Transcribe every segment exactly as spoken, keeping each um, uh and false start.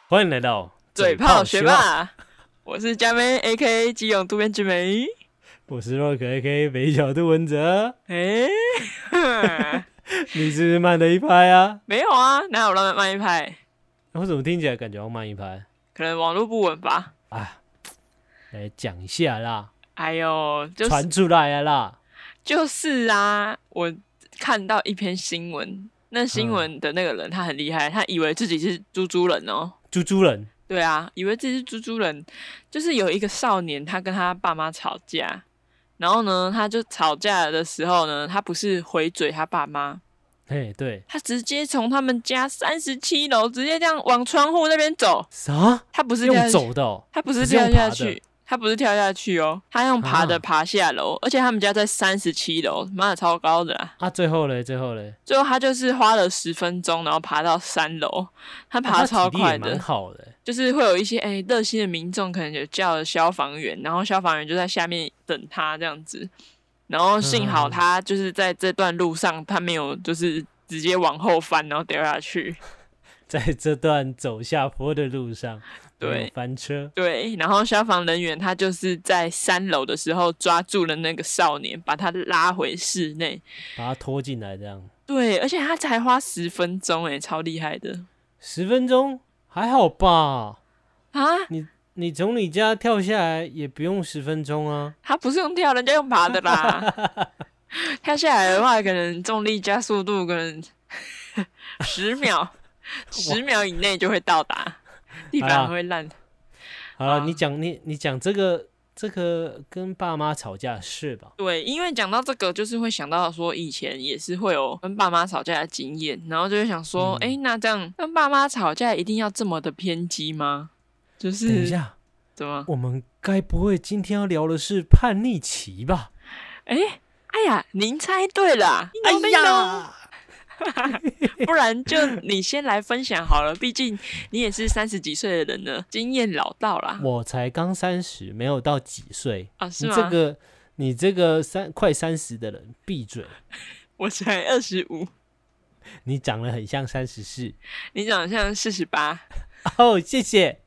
欢迎来到嘴炮学霸，我是佳妹 A K A 基隆渡边直美， 我是 Rock A K A 北角杜文哲。 哎、欸， 你是不是慢了一拍啊？ 没有啊，哪有乱慢一拍？ 我怎么听起来感觉要慢一拍？ 可能网络不稳吧。 啊，来讲一下啦。 哎呦，就是传出来了啦。 就是啊，我看到一篇新闻，那新闻的那个人他很厉害，他以为自己是猪猪人哦。 猪猪人。 对啊，以为自己是猪猪人，就是有一个少年，他跟他爸妈吵架，然后呢，他就吵架的时候呢，他不是回嘴他爸妈， 嘿，对， 他直接从他们家三十七楼直接这样往窗户那边走。 啥？ 他不是跳用走的、哦， 他不是跳下去，他不是跳下去哦，他用爬的爬下楼、啊，而且他们家在三十七楼，妈的超高的啦。 啊，最后嘞，最后嘞， 最后他就是花了十分钟，然后爬到三楼，他爬超快的， 蛮、啊、好的。 就是会有一些哎热心的民众，可能有叫了消防员，然后消防员就在下面等他这样子。然后幸好他就是在这段路上，他没有就是直接往后翻，然后掉下去。 在这段走下坡的路上， 对， 翻车。 对，然后消防人员他就是在三楼的时候抓住了那个少年，把他拉回室内， 把他拖进来，这样。 对，而且他才花十分钟，哎，超厉害的。 十分钟还好吧？ 啊， 你你从你家跳下来也不用十分钟啊。 他不是用跳，人家用爬的啦。跳下来的话，可能重力加速度可能十秒。十秒以内就会到达，地板会烂。 好了，你讲你你讲这个这个跟爸妈吵架是吧？ 对，因为讲到这个，就是会想到说以前也是会有跟爸妈吵架的经验，然后就会想说，哎、嗯欸，那这样跟爸妈吵架一定要这么的偏激吗？就是等一下， 怎么？ 我们该不会今天要聊的是叛逆期吧？ 哎、欸，哎呀，您猜对了， 哎呀。 不然就你先来分享好了，毕竟你也是三十几岁的人了，经验老道啦。 我才刚三十，没有到几岁啊？是吗？ 你这个你这个三快三十的人，闭嘴！ 我才二十五， 你长得很像三十四， 你长得像四十八。 哦，谢谢。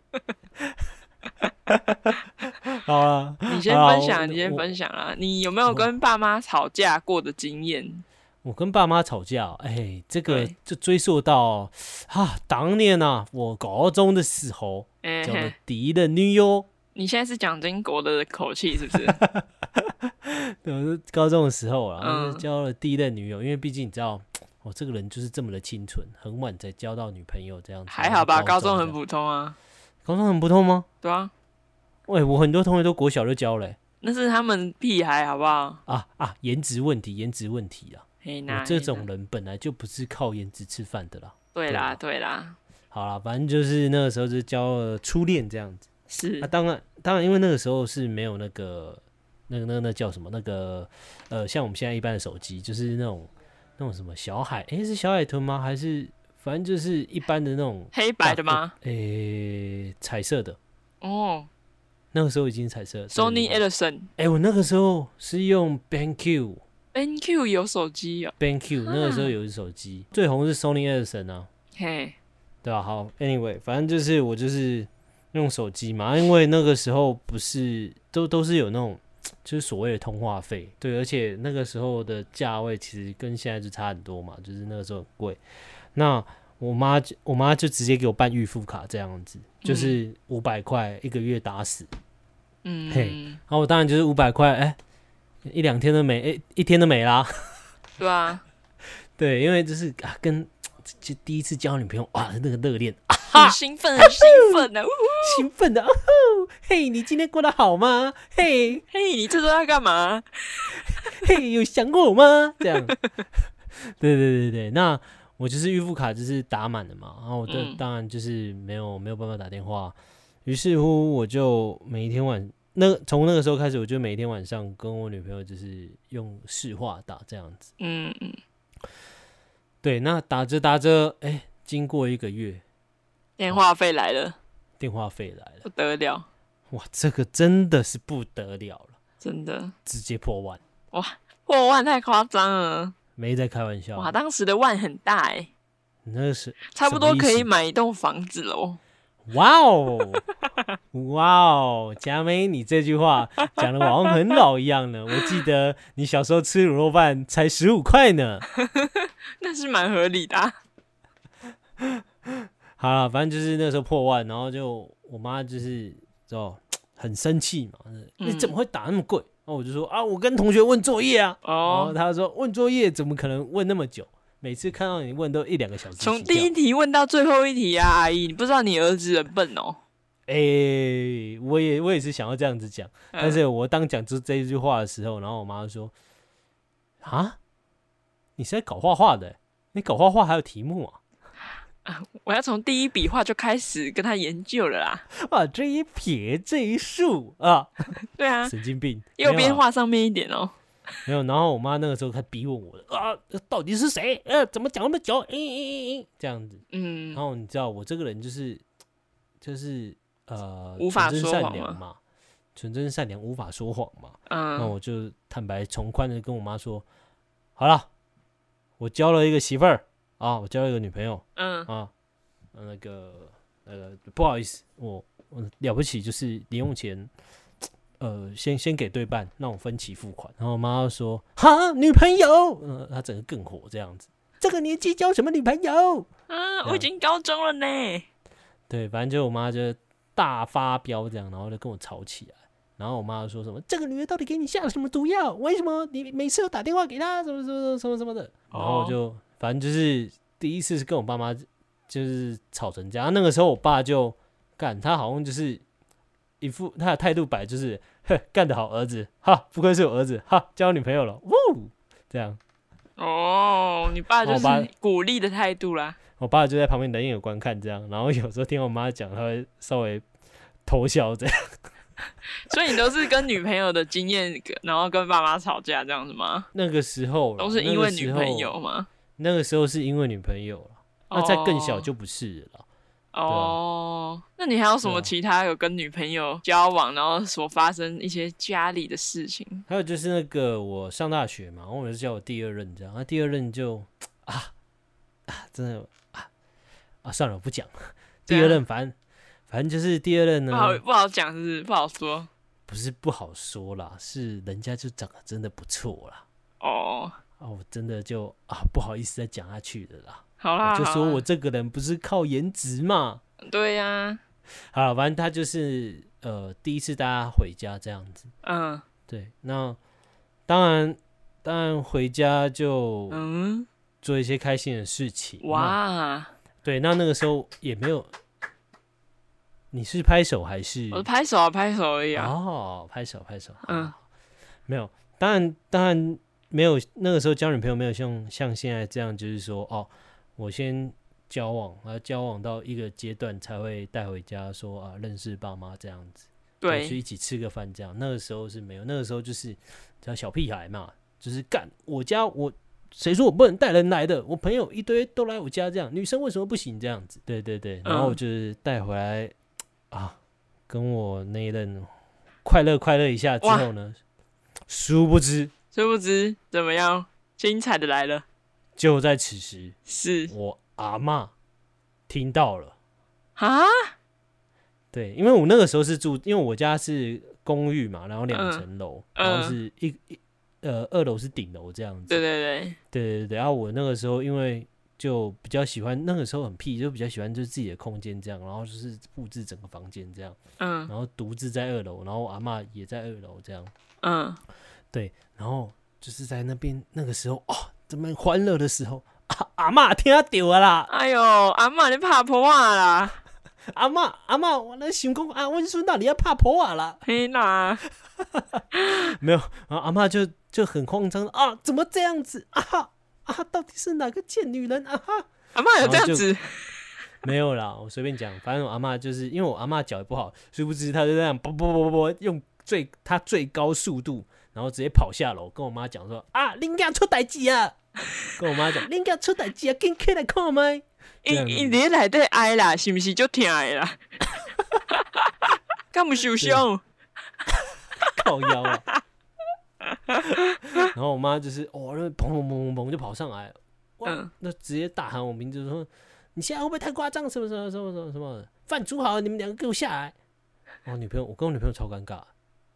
好了， 你先分享，你先分享啦。你有没有跟爸妈吵架过的经验？ 我跟爸妈吵架，哎、欸，这个就追溯到啊，当年啊，我高中的时候交了第一任女友。 你现在是蒋经国的口气是不是？ 对，我是高中的时候啊，嗯、交了第一任女友，因为毕竟你知道，我这个人就是这么的清纯，很晚才交到女朋友这样子。 还好吧，高中很普通啊。 高中很普通吗？ 对啊。 喂，我很多同学都国小就交了、欸。 那是他们屁孩，好不好？ 啊啊，颜值问题，颜值问题啊。 我这种人本来就不是靠颜值吃饭的啦。 对啦，对啦。 好啦，反正就是那个时候就交了初恋这样子。 是啊，当然，当然，因为那个时候是没有那个那个那个那叫什么那个呃，像我们现在一般的手机，就是那种那种什么小海，哎、欸，是小海豚吗？还是反正就是一般的那种黑白的吗？ 哎、欸，彩色的。 哦， 那个时候已经彩色。 Sony Ericsson。 哎、欸，我那个时候是用 BenQ。BenQ 有手机哦 ，BenQ 那个时候有一手机，最红是 Sony Ericsson 啊， 嘿， 对啊，好 ，Anyway， 反正就是我就是用手机嘛，因为那个时候不是都都是有那种就是所谓的通话费，对，而且那个时候的价位其实跟现在就差很多嘛，就是那个时候很贵。那我妈我妈就直接给我办预付卡这样子，就是五百块一个月打死，嗯，嘿，然后我当然就是五百块，哎。一两天都没，哎，一天都没啦。 对啊， 对，因为就是啊，跟就第一次交女朋友，哇，那个热恋， 啊、很兴奋，很兴奋的、啊， 兴奋的，哦，嘿，你今天过得好吗？嘿， 嘿，你这周要干嘛？ 嘿，有想过我吗？这样，对对对对，那我就是预付卡就是打满了嘛，然后我的、嗯、当然就是没有没有办法打电话，于是乎我就每一天晚。那从那个时候开始，我就每天晚上跟我女朋友就是用市话打这样子。嗯嗯，对，那打着打着，哎、欸，经过一个月， 电话费来了， 电话费来了， 不得了！ 哇，这个真的是不得了了， 真的， 直接破万！ 哇，破万太夸张了， 没在开玩笑。 哇，当时的万很大哎、欸， 那是差不多可以买一栋房子喽。 哇哦，哇哦，佳妹，你这句话讲的好像很老一样呢。我记得你小时候吃卤肉饭才十五块呢。 那是蛮合理的、啊。 好了，反正就是那时候破万，然后就我妈就是哦很生气嘛，你怎么会打那么贵？然后我就说啊，我跟同学问作业啊。哦，然后她说问作业怎么可能问那么久？每次看到你问都一两个小时， 从第一题问到最后一题啊，阿姨，你不知道你儿子很笨哦。 哎、欸，我也我也是想要这样子讲，嗯、但是我当讲出这一句话的时候，然后我妈就说：“啊，你是在搞画画的、欸？你搞画画还有题目啊？” 啊，我要从第一笔画就开始跟他研究了啦。 啊，这一撇这一竖啊， 对啊， 神经病， 右边画上面一点哦。 没有，然后我妈那个时候还逼问我的啊，到底是谁？呃，怎么讲那么久？嗯嗯嗯，这样子。嗯，然后你知道我这个人就是就是呃， 无法说谎嘛，纯真善良，无法说谎嘛。嗯，那我就坦白从宽的跟我妈说，好了，我交了一个媳妇儿啊，我交了一个女朋友。嗯啊，那个那个不好意思，我我了不起，就是零用钱。呃，先先给对半，那我分期付款。然后我妈说：“哈，女朋友。”呃，她整个更火这样子。这个年纪交什么女朋友？ 啊，我已经高中了呢。 对，反正就我妈就大发飙这样，然后就跟我吵起来。然后我妈就说什么：“这个女的到底给你下了什么毒药？为什么你每次都打电话给她？什么什么什么什么的？”然后就反正就是第一次是跟我爸妈就是吵成这样。那个时候我爸就干，他好像就是一副他的态度摆就是。干得好，儿子！哈，不愧是我儿子！哈，交女朋友了，呜，这样。 哦，你爸就是鼓励的态度啦。 我爸就在旁边冷眼观看，这样。然后有时候听我妈讲，他会稍微偷笑这样。 所以你都是跟女朋友的经验，然后跟爸妈吵架这样子吗？ 那个时候都是因为女朋友吗？ 那个时候是因为女朋友了，那再更小就不是了。 哦，那你还有什么其他有跟女朋友交往，然后所发生一些家里的事情？ 还有就是那个我上大学嘛，我也是叫我第二任这样，那第二任就啊啊，真的啊啊，算了，我不讲。第二任反正反正就是第二任呢， 不好不好讲，是不是不好说？ 不是不好说啦，是人家就长得真的不错啦。 哦啊，我真的就啊不好意思再讲下去的啦。 好啦， 我就说我这个人不是靠颜值嘛。 对呀、啊。 好，反正他就是呃第一次带他回家这样子。嗯，对。那当然，当然回家就嗯做一些开心的事情。哇，对，那那个时候也没有。你是拍手还是？ 我是拍手啊，拍手而已啊。 哦，拍手拍手。嗯，没有，当然当然没有。那个时候交女朋友没有像像现在这样，就是说哦。我先交往，然后交往到一个阶段才会带回家说啊，认识爸妈这样子，对，去一起吃个饭这样。那个时候是没有，那个时候就是叫小屁孩嘛，就是干我家我谁说我不能带人来的？我朋友一堆都来我家这样，女生为什么不行这样子？对对对，然后我就是带回来、嗯、啊，跟我那一任快乐快乐一下之后呢，殊不知殊不知怎么样，精彩的来了。 就在此时， 是我阿嬷听到了啊。 对，因为我那个时候是住，因为我家是公寓嘛，然后两层楼，嗯、然后是一一呃二楼是顶楼这样子。 对对对对对对。然后我那个时候因为就比较喜欢，那个时候很屁，就比较喜欢就是自己的空间这样，然后就是布置整个房间这样。嗯。然后独自在二楼，然后我阿嬷也在二楼这样。嗯。对，然后就是在那边那个时候哦。这么欢乐的时候，啊、阿嬷听到了啦！ 哎呦，阿嬷你拍婆啊啦！ 阿嬷阿嬷，我那想讲啊，阮孙到底要拍婆啊啦？ 嘿啦， 没有，然后阿嬷就就很慌张啊，怎么这样子啊哈啊？到底是哪个贱女人啊哈？ 阿嬷有这样子？ 没有啦，我随便讲，反正我阿嬷就是因为我阿嬷脚也不好，殊不知她就这样啵啵啵啵用最她最高速度，然后直接跑下楼，跟我妈讲说啊，恁家出代志啊！跟我妈讲，恁家出代志啊，紧起来看麦。 伊伊伫内底哀啦，是不是就疼的啦？敢不受伤？ 靠腰啊！然后我妈就是哦，那砰砰砰砰砰就跑上来，哇，嗯、那直接大喊我名字说：“ 你现在会不会太夸张？什么什么什么什么什么？饭煮好了，你们两个给我下来。我女朋友，我跟我女朋友超尴尬。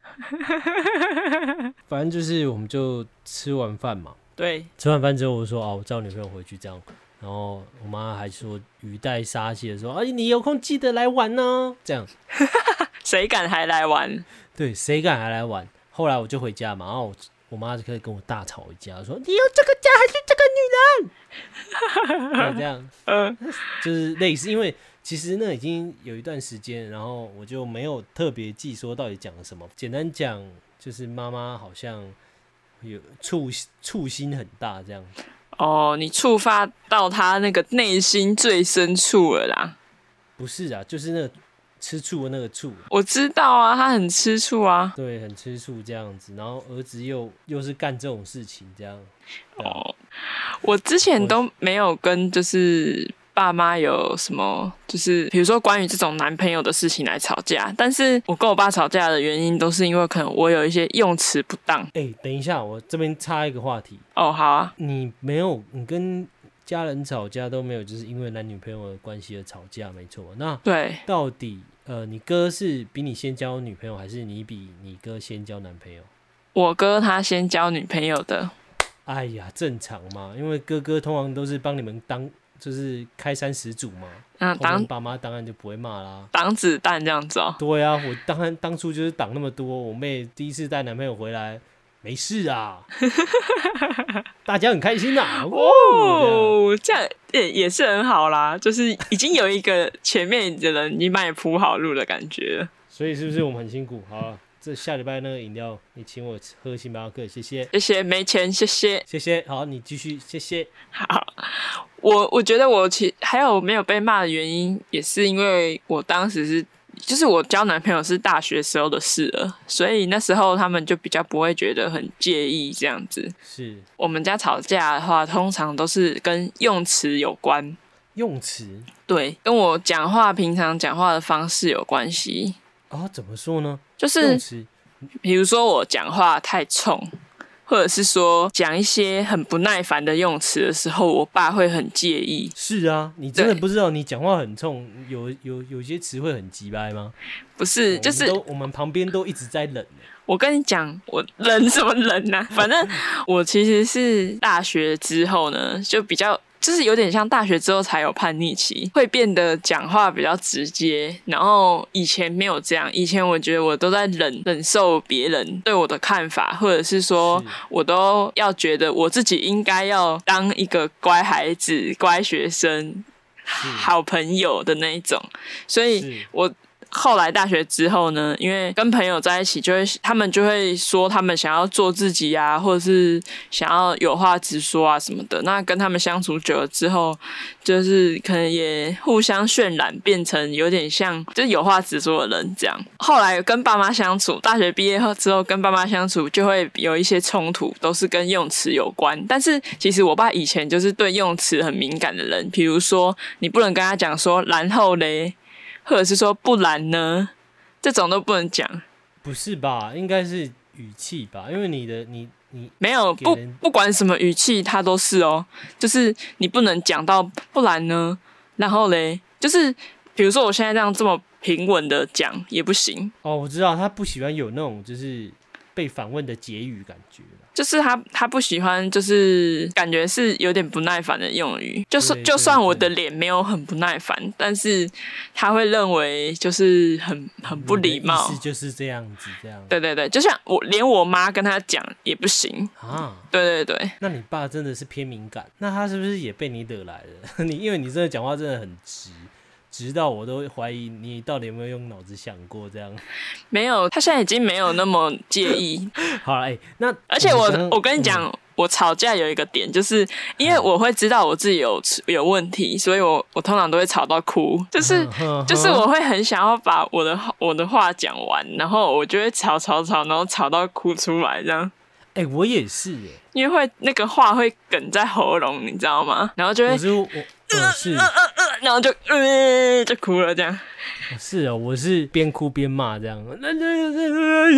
反正就是我们就吃完饭嘛， 对， 吃完饭之后我说哦，我叫我女朋友回去这样，然后我妈还说语带杀气的说，哎，你有空记得来玩呢，这样。 谁敢还来玩？ 对，谁敢还来玩？后来我就回家嘛，然后 我, 我妈就可以跟我大吵一架，说你有这个家还是这个女人？对，这样，嗯，就是类似，因为其实那已经有一段时间，然后我就没有特别记说到底讲了什么。简单讲，就是妈妈好像有触触心很大这样。 哦，你触发到她那个内心最深处了啦。 不是啊，就是那个吃醋的那个醋。 我知道啊，他很吃醋啊。 对，很吃醋这样子，然后儿子又又是干这种事情这样。 哦，我之前都没有跟就是爸妈有什么，就是比如说关于这种男朋友的事情来吵架，但是我跟我爸吵架的原因都是因为可能我有一些用词不当。 哎、欸，等一下，我这边插一个话题。 哦，好啊。 你没有，你跟家人吵架都没有，就是因为男女朋友的关系而吵架，没错。那对， 到底呃，你哥是比你先交女朋友，还是你比你哥先交男朋友？ 我哥他先交女朋友的。 哎呀，正常嘛，因为哥哥通常都是帮你们当就是开山始祖嘛，嗯，当爸妈当然就不会骂啦， 挡子弹这样子哦。 对啊，我当然当初就是挡那么多，我妹第一次带男朋友回来，没事啊，大家很开心啊。 哦，这样也也是很好啦，就是已经有一个前面的人已经帮你铺好路的感觉了。 所以是不是我们很辛苦？好了。这下礼拜那个饮料，你请我喝星巴克，谢谢。 谢谢，没钱，谢谢， 谢谢。好，你继续，谢谢。 好，我我觉得我其还有没有被骂的原因，也是因为我当时是，就是我交男朋友是大学时候的事了，所以那时候他们就比较不会觉得很介意这样子。 是我们家吵架的话，通常都是跟用词有关。 用词？ 对，跟我讲话平常讲话的方式有关系。 哦，怎么说呢？ 就是比如说我讲话太冲，或者是说讲一些很不耐烦的用词的时候，我爸会很介意。 是啊，你真的不知道你讲话很冲，有有有些词汇很急掰吗？ 不是，就是我们旁边都一直在忍。 我跟你讲，我忍什么忍啊？反正我其实是大学之后呢，就比较。就是有点像大学之后才有叛逆期，会变得讲话比较直接，然后以前没有这样。以前我觉得我都在忍忍受别人对我的看法，或者是说我都要觉得我自己应该要当一个乖孩子、乖学生、好朋友的那一种，所以我。后来大学之后呢，因为跟朋友在一起，就会他们就会说他们想要做自己啊，或者是想要有话直说啊什么的。那跟他们相处久了之后，就是可能也互相渲染，变成有点像就是有话直说的人这样。后来跟爸妈相处，大学毕业后之后跟爸妈相处，就会有一些冲突，都是跟用词有关。但是其实我爸以前就是对用词很敏感的人，比如说你不能跟他讲说然后嘞。或者是说不然呢，这种都不能讲。 不是吧？应该是语气吧？因为你的你你没有不不管什么语气，它都是哦。就是你不能讲到不然呢，然后嘞，就是比如说我现在这样这么平稳的讲也不行。 哦，我知道他不喜欢有那种就是被反问的结语感觉。 就是他，他不喜欢，就是感觉是有点不耐烦的用语。就是就算我的脸没有很不耐烦，但是他会认为就是很很不礼貌。 意思就是这样子，这样。 对对对，就像我连我妈跟他讲也不行啊。对对对。 那你爸真的是偏敏感，那他是不是也被你惹来了？你因为你真的讲话真的很直。直到我都怀疑你到底有没有用脑子想过这样。没有，他现在已经没有那么介意。 好了，哎、欸，那而且我我跟你讲、嗯，我吵架有一个点，就是因为我会知道我自己有有问题，所以我我通常都会吵到哭，就是就是我会很想要把我的我的话讲完，然后我就会吵吵吵，然后吵到哭出来这样。 哎、欸，我也是哎， 因为会那个话会哽在喉咙，你知道吗？然后就会我是我，我是呃呃呃，然后就呃就哭了这样。 是哦，我是边哭边骂这样，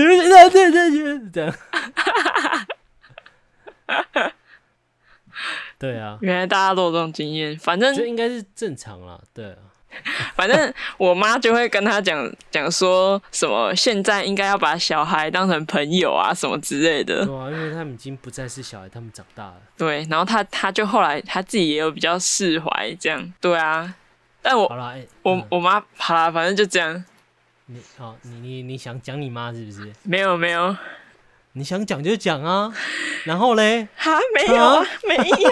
这样。 对啊， 原来大家都有这种经验，反正这应该是正常啦，对啊。 反正我妈就会跟他讲讲说什么现在应该要把小孩当成朋友啊什么之类的。 对啊，因为他们已经不再是小孩，他们长大了。 对，然后他他就后来他自己也有比较释怀这样。对啊，但我好啦，欸、 我、 嗯、 我妈好啦，反正就这样。 你哦，你你你想讲你妈是不是？ 没有没有， 你想讲就讲啊。然后嘞？ 哈，没有啊，没有。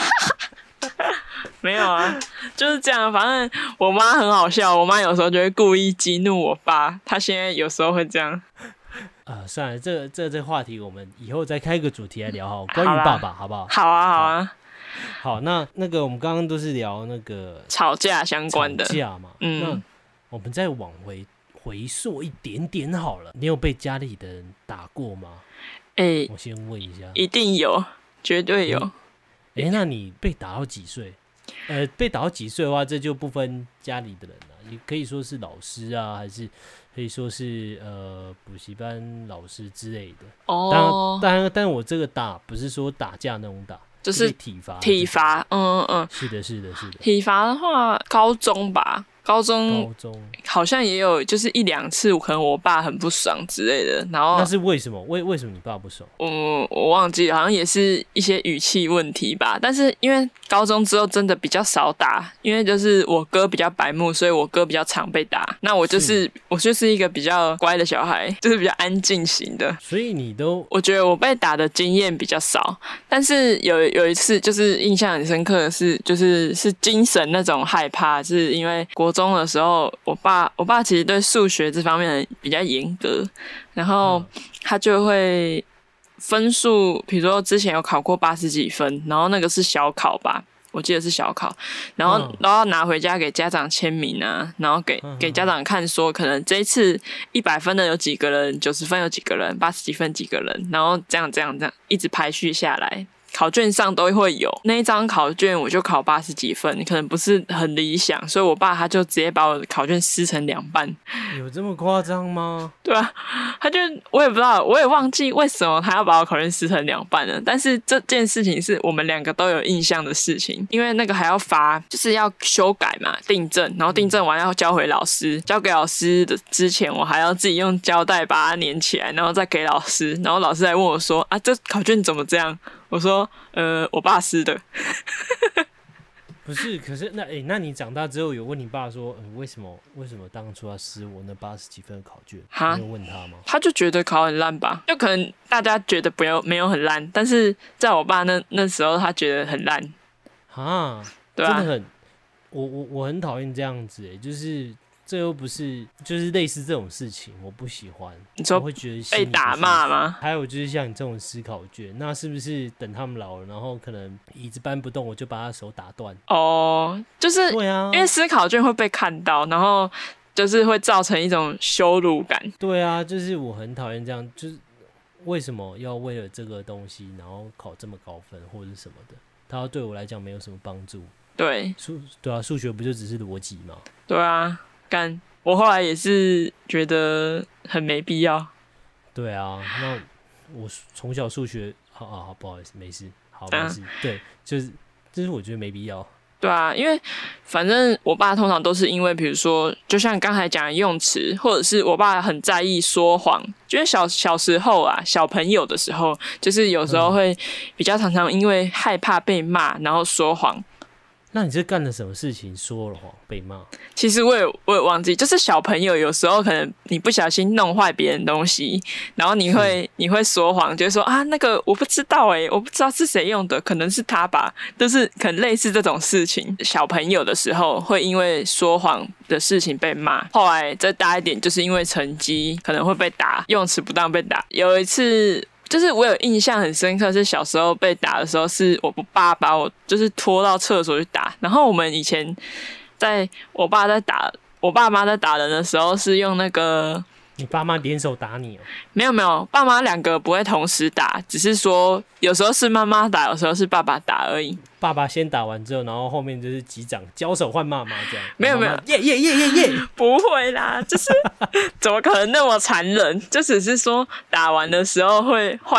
没有啊，就是这样。反正我妈很好笑，我妈有时候就会故意激怒我爸，她现在有时候会这样。 呃，算了，这个这个、这个话题我们以后再开一个主题来聊好，关于爸爸，好不好？ 好啊，好啊。 好，那那个我们刚刚都是聊那个吵架相关的， 吵架嘛。嗯，那我们再往回回溯一点点好了。你有被家里的人打过吗？哎、欸，我先问一下。 一定有，绝对有。 哎、欸，那你被打到几岁？呃，被打到几岁的话，这就不分家里的人了，也可以说是老师啊，还是可以说是呃补习班老师之类的。哦，当然，当然，但我这个打不是说打架那种打，就是体罚。 体罚，嗯嗯嗯， 是的，是的，是的。 体罚的话，高中吧。高中高中好像也有，就是一两次，可能我爸很不爽之类的。然后那是为什么？为为什么你爸不爽？ 我我忘记了，好像也是一些语气问题吧。但是因为高中之后真的比较少打，因为就是我哥比较白目，所以我哥比较常被打。那我就是是我就是一个比较乖的小孩，就是比较安静型的。 所以你都我觉得我被打的经验比较少，但是有有一次就是印象很深刻的是，就是是精神那种害怕，是因为国中的时候，我爸我爸其实对数学这方面比较严格，然后他就会分数，比如说之前有考过八十几分，然后那个是小考吧，我记得是小考，然后然后拿回家给家长签名啊，然后给给家长看说，可能这一次一百分的有几个人，九十分有几个人，八十几分几个人，然后这样这样这样一直排序下来。考卷上都会有那一张考卷，我就考八十几分，可能不是很理想，所以我爸他就直接把我的考卷撕成两半。 有这么夸张吗？ 对啊，他就我也不知道，我也忘记为什么他要把我考卷撕成两半了。但是这件事情是我们两个都有印象的事情，因为那个还要罚，就是要修改嘛，订正，然后订正完要交回老师，交给老师的之前，我还要自己用胶带把它粘起来，然后再给老师，然后老师还问我说：“啊，这考卷怎么这样？”我说，呃，我爸撕的。 不是，可是那哎、欸，那你长大之后有问你爸说，嗯、为什么为什么当初要撕我那八十几分的考卷？你有问他吗？ 他就觉得考很烂吧，就可能大家觉得不要没有很烂，但是在我爸那那时候他觉得很烂。 啊， 对啊， 真的很，我我我很讨厌这样子哎、欸，就是这又不是，就是类似这种事情，我不喜欢。 你说我会觉得被打骂吗？ 还有就是像你这种撕考卷，那是不是等他们老了，然后可能椅子搬不动，我就把他手打断？ 哦，就是对啊， 因为撕考卷会被看到，然后就是会造成一种羞辱感。 对啊，就是我很讨厌这样，就是为什么要为了这个东西，然后考这么高分或者是什么的？它对我来讲没有什么帮助。 对， 数对啊，数学不就只是逻辑吗？ 对啊。干，我后来也是觉得很没必要。 对啊，那我从小数学，好好好，不好意思，没事，好没事。对，就是就是我觉得没必要。 对啊，因为反正我爸通常都是因为，比如说，就像刚才讲的用词，或者是我爸很在意说谎，因为小小时候啊，小朋友的时候，就是有时候会比较常常因为害怕被骂，然后说谎。 那你是干了什么事情说了谎被骂？ 其实我也我也忘记，就是小朋友有时候可能你不小心弄坏别人东西，然后你会你会说谎，就会说啊那个我不知道哎、欸，我不知道是谁用的，可能是他吧，就是可能类似这种事情。小朋友的时候会因为说谎的事情被骂，后来再大一点，就是因为成绩可能会被打，用词不当被打。有一次。就是我有印象很深刻，是小时候被打的时候，是我爸把我就是拖到厕所去打。然后我们以前在我爸在打我爸妈在打人的时候，是用那个你爸妈联手打你哦？ 没有没有，爸妈两个不会同时打，只是说有时候是妈妈打，有时候是爸爸打而已。 爸爸先打完之后，然后后面就是击掌交手换妈妈这样。 没有没有， 耶耶耶耶耶， 不会啦，就是怎么可能那么残忍？就只是说打完的时候会换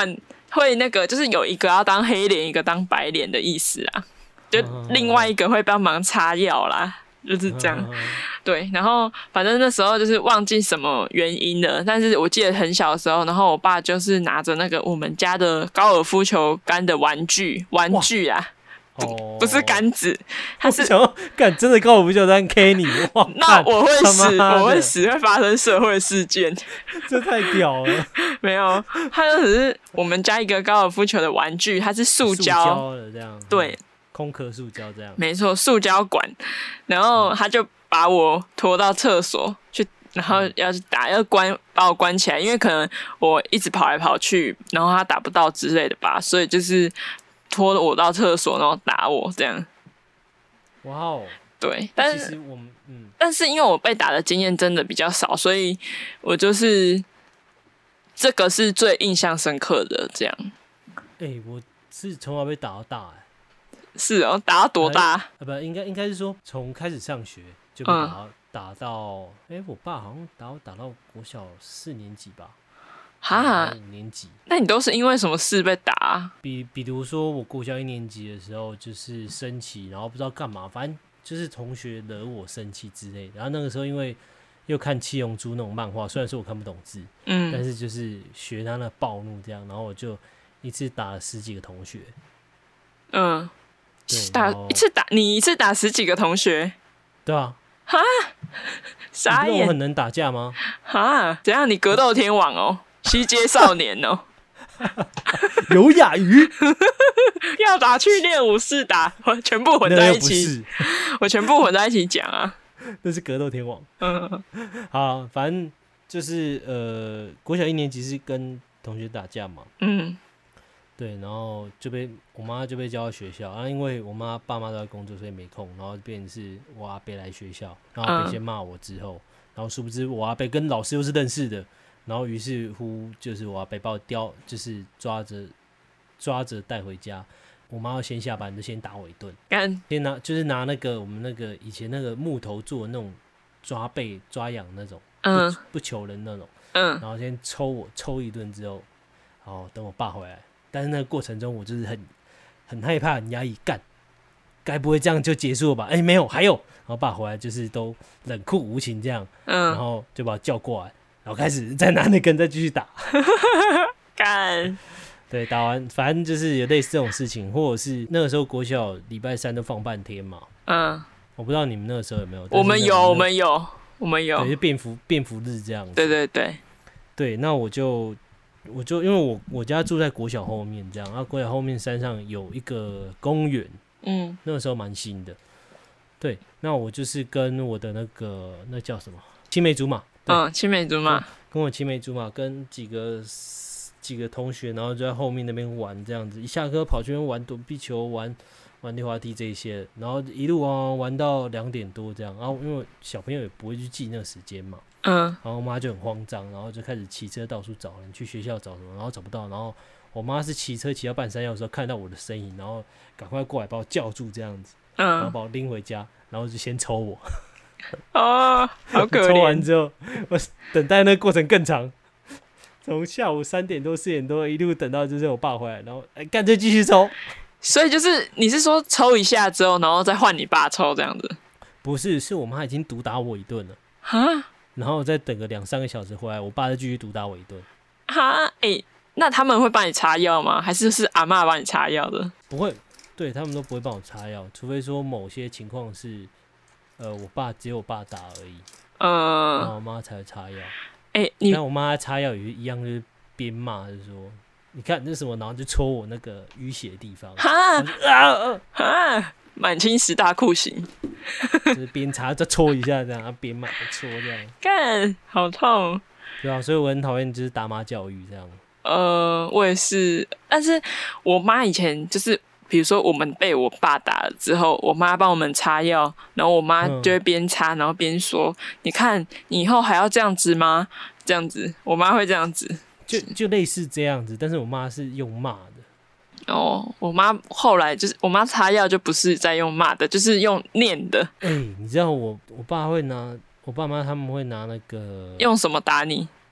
会那个就是有一个要当黑脸，一个当白脸的意思啦，就另外一个会帮忙擦药啦，就是这样。对，然后反正那时候就是忘记什么原因了，但是我记得很小的时候，然后我爸就是拿着那个我们家的高尔夫球杆的玩具玩具啊。不, 不是杆子，他是干真的高尔夫球杆 K 你哇！ 那我会死，我会死，会发生社会事件， 这太屌了。 没有，他就只是我们家一个高尔夫球的玩具，它是塑胶， 塑胶的这样， 对， 空壳塑胶这样， 没错，塑胶管。然后他就把我拖到厕所去，然后要去打，要关把我关起来，因为可能我一直跑来跑去，然后他打不到之类的吧，所以就是。拖我到厕所，然后打我这样。 哇哦！ 对，但是其实我们嗯， 但是因为我被打的经验真的比较少，所以我就是这个是最印象深刻的这样。 哎、欸，我是从小被打到大哎、欸。 是哦，打到多大？ 啊不，应该应该是说从开始上学就被打到、嗯、打到，哎、欸，我爸好像打我打到国小四年级吧。哈，五年级， 那你都是因为什么事被打、啊？ 比比如说，我国小一年级的时候，就是升旗，然后不知道干嘛，反正就是同学惹我生气之类的。然后那个时候因为又看《七龙珠》那种漫画，虽然说我看不懂字，嗯，但是就是学他那暴怒这样，然后我就一次打了十几个同学。 嗯，打一次打你一次打十几个同学？ 对啊。 哈，傻眼！ 你不知道我很能打架吗？ 哈，怎样？你格斗天王哦？西街少年哦， 有雅鱼要打去练武士打，我全部混在一起，我全部混在一起讲啊。 那是格斗天王。嗯，好，反正就是呃，国小一年级是跟同学打架嘛。嗯，对，然后就被我妈就被叫到学校，然后因为我妈爸妈都在工作，所以没空，然后变成是我阿伯来学校，然后阿伯先骂我之后，然后殊不知我阿伯跟老师又是认识的。然后于是乎，就是我阿伯把我叼，就是抓着抓着带回家。我妈要先下班，就先打我一顿，先拿就是拿那个我们那个以前那个木头做的那种抓背抓痒那种，嗯，不, 不求人那种，嗯，然后先抽我抽一顿之后，然后等我爸回来。但是那个过程中，我就是很很害怕、很压抑，干，该不会这样就结束了吧？哎，没有，还有。然后爸回来就是都冷酷无情这样，嗯，然后就把我叫过来。然后开始再拿那根再继续打， 干， 对，打完反正就是有类似这种事情，或者是那个时候国小礼拜三都放半天嘛，嗯，我不知道你们那个时候有没有， 我们有，我们有，我们有， 对，就便服便服日这样子， 对对对， 对，那我就我就因为我我家住在国小后面这样，然后国小后面山上有一个公园，嗯，那个时候蛮新的，对，那我就是跟我的那个那叫什么青梅竹马。 嗯，青梅竹马， 跟我青梅竹马，跟几个几个同学，然后就在后面那边玩，这样子，一下课跑去玩躲避球，玩玩溜滑梯这一些，然后一路玩玩到两点多这样，然后因为小朋友也不会去记那个时间嘛，嗯，然后我妈就很慌张，然后就开始骑车到处找人，去学校找什么，然后找不到，然后我妈是骑车骑到半山腰的时候看到我的身影，然后赶快过来把我叫住这样子，嗯，然后把我拎回家，然后就先抽我。 哦，好可怜！ 抽完之后，我等待那个过程更长，从下午三点多、四点多一路等到就是我爸回来，然后哎，干脆继续抽。 所以就是你是说抽一下之后，然后再换你爸抽这样子？ 不是，是我妈已经毒打我一顿了哈，然后再等个两三个小时回来，我爸再继续毒打我一顿。 哈，哎、欸，那他们会帮你擦药吗？还是是阿嬷帮你擦药的？ 不会，对他们都不会帮我擦药，除非说某些情况是。呃，我爸只有我爸打而已，嗯，然后我妈才会擦药。哎、欸，你但我妈擦药也一样，就是边骂，就是说，你看这是什么，然后就戳我那个淤血的地方，哈啊啊，满清十大酷刑， 就是边擦再戳一下这样，然后边骂戳这样， 干，好痛， 对啊，所以我很讨厌就是打骂教育这样。 呃，我也是，但是我妈以前就是。比如说我们被我爸打了之后，我妈帮我们擦药，然后我妈就会边擦，然后边说：“你看，你以后还要这样子吗？”这样子，我妈会这样子， 就就类似这样子，但是我妈是用骂的。 哦，我妈后来就是我妈擦药就不是在用骂的，就是用念的。 哎、欸，你知道我我爸会拿，我爸妈他们会拿那个用什么打你？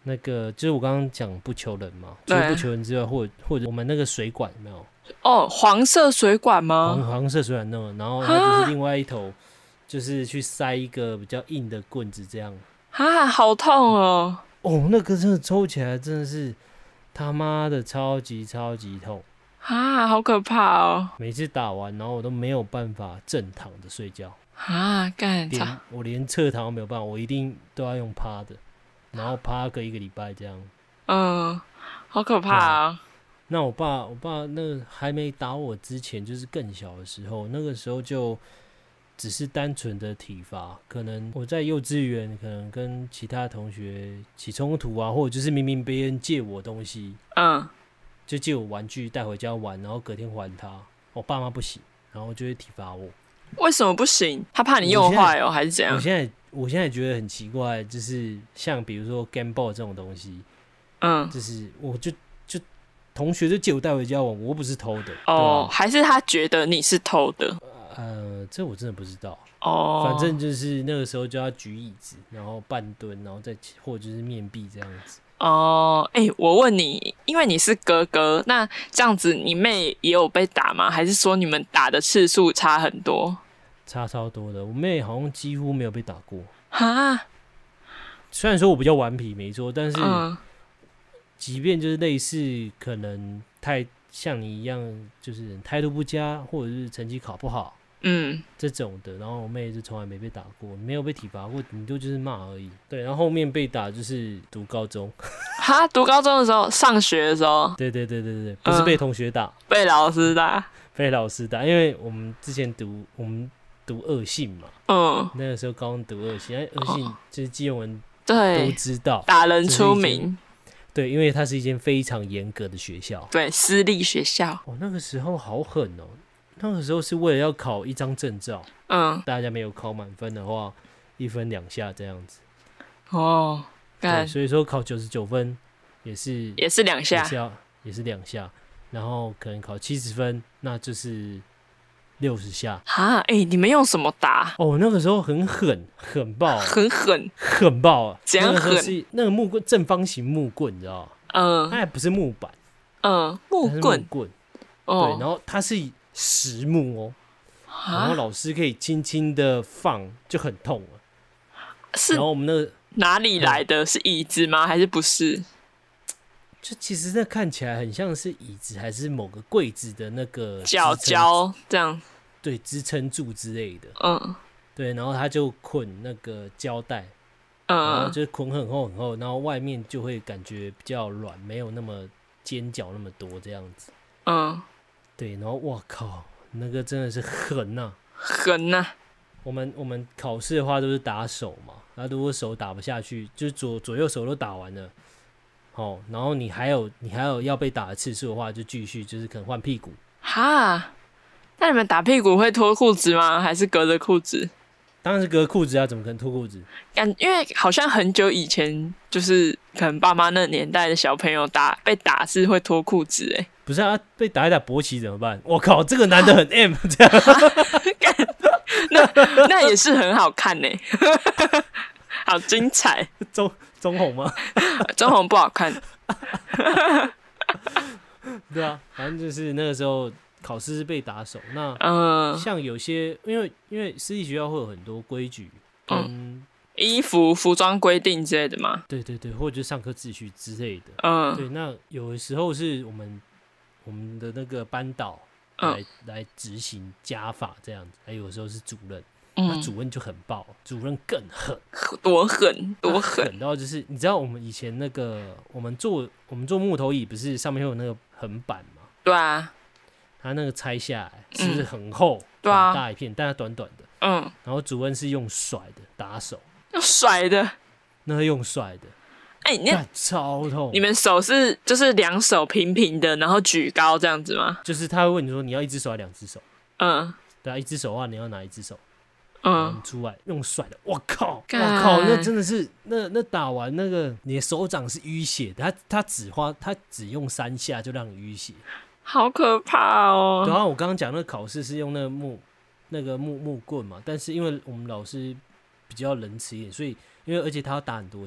那个就是我刚刚讲不求人嘛，除了不求人之外，或者或者我们那个水管有没有？ 哦，黄色水管吗？ 黄黄色水管那种，然后它就是另外一头，就是去塞一个比较硬的棍子这样。 啊，好痛哦！ 哦，那个真的抽起来真的是他妈的超级超级痛啊，好可怕哦！ 每次打完，然后我都没有办法正躺着睡觉啊，干连我连侧躺都没有办法，我一定都要用趴的，然后趴个一个礼拜这样。 嗯，好可怕啊！ 那我爸，我爸那个还没打我之前，就是更小的时候，那个时候就只是单纯的体罚，可能我在幼稚园，可能跟其他同学起冲突啊，或者就是明明别人借我东西， 嗯， 就借我玩具带回家玩，然后隔天还他，我爸妈不行，然后就会体罚我。 为什么不行？他怕你用坏哦，还是怎样？ 我现在我现在觉得很奇怪，就是像比如说 Game Boy 这种东西，嗯，就是我就。同学就借我带回家玩，我不是偷的哦，还是他觉得你是偷的？ 呃，这我真的不知道哦。 反正就是那个时候就要举椅子，然后半蹲，然后再或者就是面壁这样子。 哦，哎、欸，我问你，因为你是哥哥，那这样子你妹也有被打吗？还是说你们打的次数差很多？ 差超多的，我妹好像几乎没有被打过。 哈， 虽然说我比较顽皮没错，但是。 嗯， 即便就是类似可能太像你一样，就是态度不佳，或者是成绩考不好， 嗯， 这种的，然后我妹就从来没被打过，没有被体罚过，顶多就是骂而已。对，然后后面被打就是读高中， 哈，读高中的时候，上学的时候， 对对对对对，不是被同学打，嗯、 被老师打， 被老师打，因为我们之前读我们读二性嘛，嗯，那个时候高中读二性，二性就是基隆人都知道， 打人出名。 对，因为它是一间非常严格的学校， 对，私立学校。 哦，那个时候好狠哦！那个时候是为了要考一张证照，嗯，大家没有考满分的话，一分两下这样子。 哦， 对，所以说考九十九分也是也是两下， 也是要也是两下，然后可能考七十分，那就是六十下。 哈，哎、欸，你们用什么打？ 哦，那个时候很狠，狠爆、啊， 很狠， 狠爆啊！ 怎样狠？ 那个是那个木棍，正方形木棍，你知道吗？嗯，它还不是木板， 嗯，木棍， 木棍，哦、对，然后它是实木哦，然后老师可以轻轻的放，就很痛了。 是， 然后我们那个哪里来的？嗯、是椅子吗？还是不是？ 就其实那看起来很像是椅子，还是某个柜子的那个角角这样， 对，支撑柱之类的。 嗯， 对，然后他就捆那个胶带。嗯，然后就捆很厚很厚，然后外面就会感觉比较软，没有那么尖角那么多这样子。嗯，对，然后哇靠，那个真的是狠呐、啊， 狠呐、啊！ 我们我们考试的话都是打手嘛，那如果手打不下去，就是左左右手都打完了，哦，然后你还有你还有要被打的次数的话，就继续就是可能换屁股。 哈，那你们打屁股会脱裤子吗？还是隔着裤子？ 当然是隔裤子啊，怎么可能脱裤子？ 感因为好像很久以前，就是可能爸妈那年代的小朋友打被打是会脱裤子哎、欸。 不是啊，被打一打勃起怎么办？我靠，这个男的很 M 这样， 那那也是很好看呢、欸，好精彩。 中中红吗？ 中红不好看。 对啊，反正就是那个时候。考试是被打手，那像有些，因为因为私立学校会有很多规矩，嗯， 衣服、服装规定之类的嘛。 对对对，或者上课秩序之类的。嗯，对，那有的时候是我们我们的那个班导来、嗯、来执行家法这样子，还有的时候是主任，嗯、那主任就很爆，主任更狠， 多狠多狠， 狠到就是你知道我们以前那个我们坐我们坐木头椅不是上面会有那个横板吗？ 对啊。 它那个拆下来是不是很厚、嗯、 对啊、 很大一片，但它短短的。嗯，然后主任是用甩的打手， 用甩的， 那个用甩的， 哎、欸，你超痛！ 你们手是就是两手平平的，然后举高这样子吗？ 就是他会问你说你要一只手还是两只手？嗯，对啊，一只手的话你要拿一只手，嗯，出来用甩的，我靠，我靠，那真的是那那打完那个你的手掌是淤血的，他他只花他只用三下就让你淤血。 好可怕哦！ 然后我刚刚讲那个考试是用那个木那个木木棍嘛，但是因为我们老师比较仁慈一点，所以因为而且他要打很多下，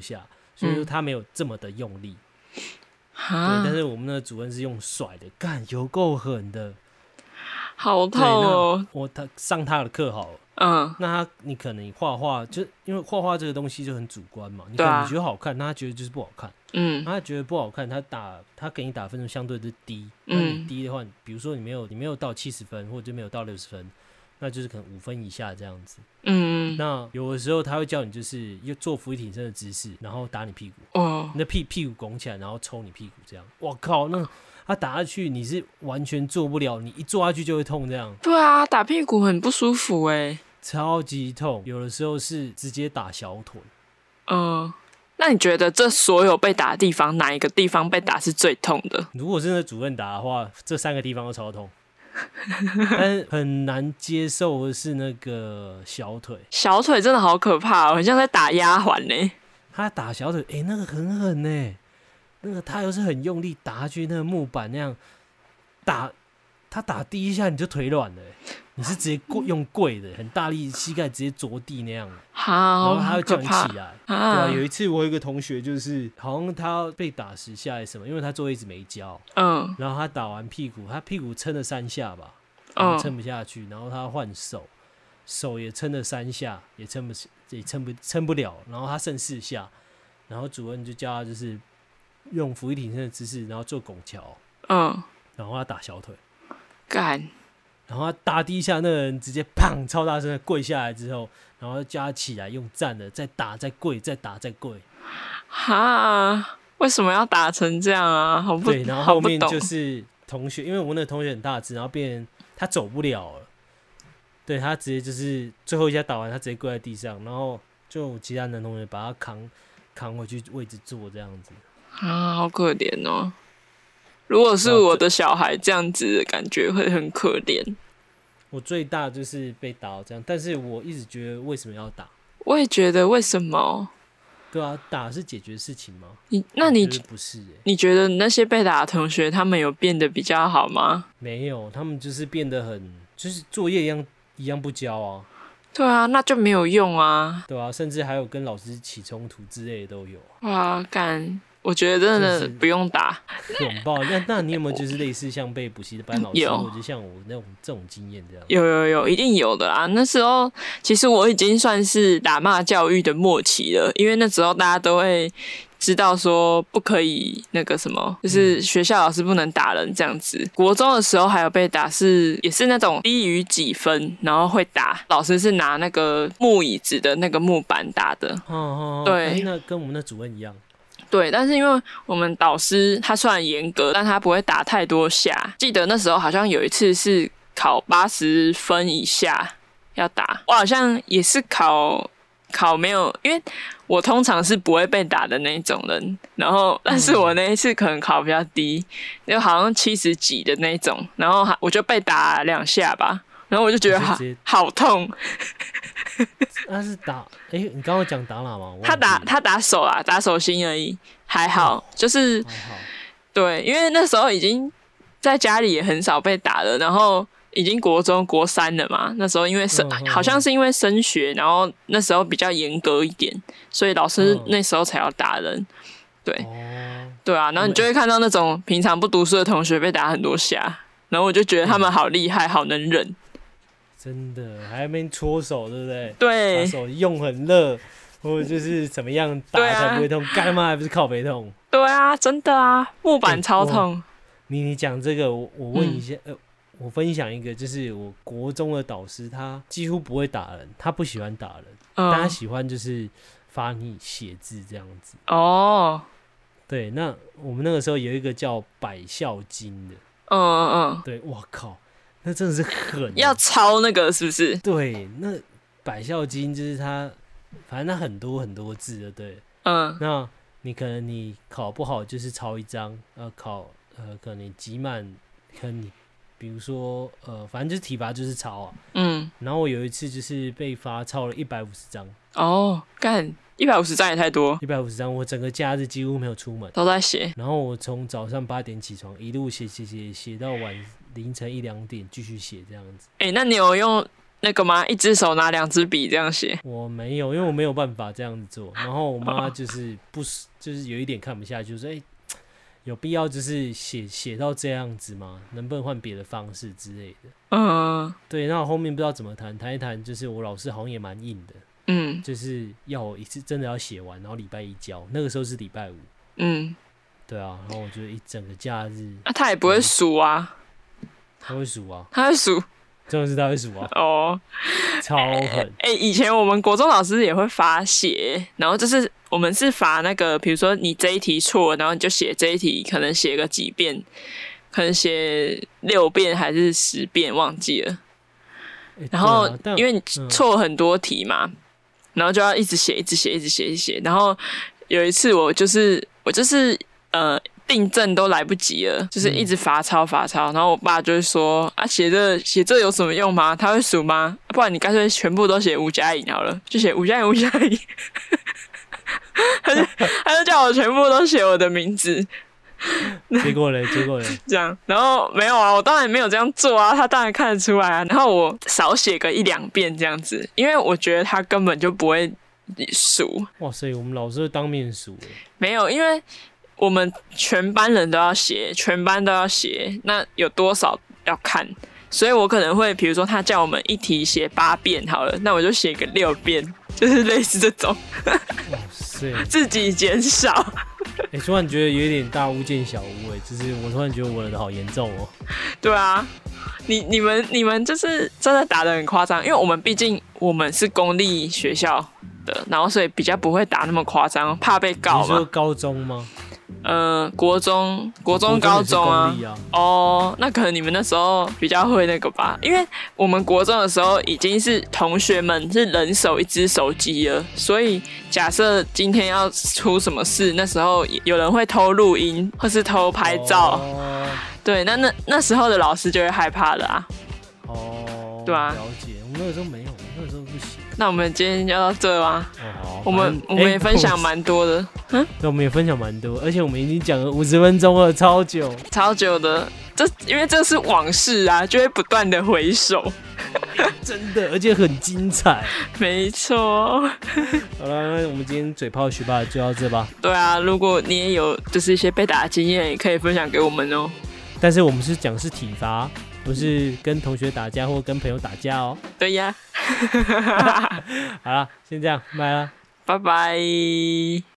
所以说他没有这么的用力。 哈， 对，但是我们那个主任是用甩的，干有够狠的， 好痛哦！ 我他上他的课好了。 嗯， 那他你可能画画，就因为画画这个东西就很主观嘛，你可能觉得好看，那他觉得就是不好看。嗯，他觉得不好看，他打他给你打分数相对是低，那你低的话，比如说你没有你没有到七十分，或者就没有到六十分，那就是可能五分以下这样子。嗯，那有的时候他会叫你就是又做俯卧挺身的姿势，然后打你屁股，哦，你的屁屁股拱起来，然后抽你屁股这样。哇靠，那他打下去你是完全做不了，你一坐下去就会痛这样。 对啊，打屁股很不舒服哎， 超级痛，有的时候是直接打小腿。 嗯。那你觉得这所有被打的地方，哪一个地方被打是最痛的？ 如果是那主任打的话，这三个地方都超痛。但是很难接受的是那个小腿， 小腿真的好可怕哦，很像在打丫鬟呢。 他打小腿，哎、欸，那个很狠呢，那个他又是很用力打下去，那个木板那样打，他打第一下你就腿软了，你是直接用跪的，很大力，膝盖直接着地那样， 好， 然后他会叫你起来。 对啊，有一次我有一个同学，就是好像他被打十下还是什么，因为他作业一直没交，嗯，然后他打完屁股，他屁股撑了三下吧，嗯，撑不下去，然后他换手，手也撑了三下，也撑不也撑不撑不了，然后他剩四下，然后主任就叫他就是用俯卧挺身的姿势，然后做拱桥，嗯，然后他打小腿， 干。 然后他打第一下，那个人直接砰超大声的跪下来之后，然后叫他起来用站的，再打再跪，再打再跪。 哈，为什么要打成这样啊？好不对，然后后面就是同学，因为我们那个同学很大只，然后变成他走不了了。对，他直接就是最后一下打完，他直接跪在地上，然后就其他男同学把他扛扛回去位置坐这样子。 啊，好可怜哦。如果是我的小孩这样子的感觉会很可怜。 我最大就是被打到这样，但是我一直觉得为什么要打？ 我也觉得为什么？ 对啊，打是解决事情吗？ 你那你不是、欸？ 你觉得那些被打的同学他们有变得比较好吗？ 没有，他们就是变得很，就是作业一样一样不交啊。 对啊，那就没有用啊。 对啊，甚至还有跟老师起冲突之类的都有。 哇，干！我觉得真的不用打， 拥抱。那那你有没有就是类似像被补习的班老师，或者像我那种这种经验这样？ 有有有，一定有的啦。那时候其实我已经算是打骂教育的末期了，因为那时候大家都会知道说不可以那个什么，就是学校老师不能打人这样子。国中的时候还有被打是，也是那种低于几分，然后会打，老师是拿那个木椅子的那个木板打的。 哦哦， 对， 欸，那跟我们的主任一样。 对，但是因为我们导师他虽然严格，但他不会打太多下。记得那时候好像有一次是考八十分以下要打，我好像也是考考没有，因为我通常是不会被打的那种人，然后但是我那一次可能考比较低，就好像七十几的那种，然后我就被打两下吧，然后我就觉得好好痛。 他是打，哎、欸，你刚刚讲打哪吗？ 他打他打手啊，打手心而已，还好，哦、就是还好， 对，因为那时候已经在家里也很少被打了，然后已经国中国三了嘛，那时候因为升、嗯、好像是因为升学，然后那时候比较严格一点，所以老师那时候才要打人，对，哦、对啊，然后你就会看到那种平常不读书的同学被打很多下，然后我就觉得他们好厉害，好能忍。 真的，还没搓手，对不对？ 对， 把手用很热，或者就是怎么样打才不会痛？干嘛、啊、还不是靠背痛？ 对啊，真的啊，木板超痛。欸、 你你讲这个，我我问一下，嗯、呃，我分享一个，就是我国中的导师，他几乎不会打人，他不喜欢打人，嗯、但他喜欢就是罚你写字这样子。 哦， 对，那我们那个时候有一个叫百孝经的， 嗯嗯嗯， 对，哇靠。那真的是狠、啊， 要抄那个是不是？ 对，那百孝经就是它，反正它很多很多字的，对。嗯。那你可能你考不好就是抄一张，呃，考呃可能你集满，可能你比如说呃，反正就是体罚就是抄啊。嗯。然后我有一次就是被罚抄了一百五十张。 哦，干一百五十张也太多。 一百五十张，我整个假日几乎没有出门， 都在写。 然后我从早上八点起床，一路写写写写到晚。凌晨一两点继续写这样子。 哎、欸，那你有用那个吗？一只手拿两支笔这样写？ 我没有，因为我没有办法这样子做。然后我妈就是不，就是有一点看不下去，说：“哎、欸，有必要就是写写到这样子吗？能不能换别的方式之类的？” 嗯， 对。那我后面不知道怎么谈，谈一谈，就是我老师好像也蛮硬的， 嗯， 就是要我一次真的要写完，然后礼拜一交。那个时候是礼拜五， 嗯，对啊。然后我就一整个假日， 啊，他也不会数啊， 他会数啊， 他会数。 真的是他会数啊！ 哦， 超狠！ 哎、欸，以前我们国中老师也会罚写，然后就是我们是罚那个，比如说你这一题错，然后你就写这一题，可能写个几遍，可能写六遍还是十遍，忘记了。 欸、 然后、 啊、 因为你错很多题嘛、嗯，然后就要一直写，一直写，一直写，一直写。然后有一次我就是我就是呃。订正都来不及了，就是一直罚抄罚抄，然后我爸就会说啊，写这写这有什么用吗？他会数吗？不然你干脆全部都写吴佳颖好了，就写吴佳颖吴佳颖，他就他就叫我全部都写我的名字。 结果嘞，结果嘞， 这样，然后没有啊，我当然没有这样做啊，他当然看得出来啊。然后我少写个一两遍这样子，因为我觉得他根本就不会数。 哇塞，我们老师会当面数耶。 没有，因为我们全班人都要写，全班都要写，那有多少要看？所以我可能会，比如说他叫我们一题写八遍好了，那我就写个六遍，就是类似这种。 哇塞， 自己减少。 哎、欸，突然觉得有点大巫见小巫，哎，就是我突然觉得我的好严重哦。 对啊，你你们你们就是真的打得很夸张，因为我们毕竟我们是公立学校的，然后所以比较不会打那么夸张，怕被告嘛。 你说高中吗？ 呃，国中、国中、高中啊， 啊哦，那可能你们那时候比较会那个吧，因为我们国中的时候已经是同学们是人手一只手机了，所以假设今天要出什么事，那时候有人会偷录音或是偷拍照，哦、对，那那那时候的老师就会害怕了啊。 哦， 对啊， 了解，我们那个时候没有，那个时候不行。 那我们今天就到这吗？ 哦，好， 我们我们也分享蛮多的，嗯， 对，我们也分享蛮多，而且我们已经讲了五十分钟了，超久， 超久的。这因为这是往事啊，就会不断的回首， 真的，而且很精彩。 没错。 好了，那我们今天嘴炮学霸就到这吧。 对啊，如果你也有就是一些被打的经验，也可以分享给我们哦。 但是我们是讲是体罚，不是跟同学打架或跟朋友打架哦。 对呀。 好了，先这样，拜了， 拜拜。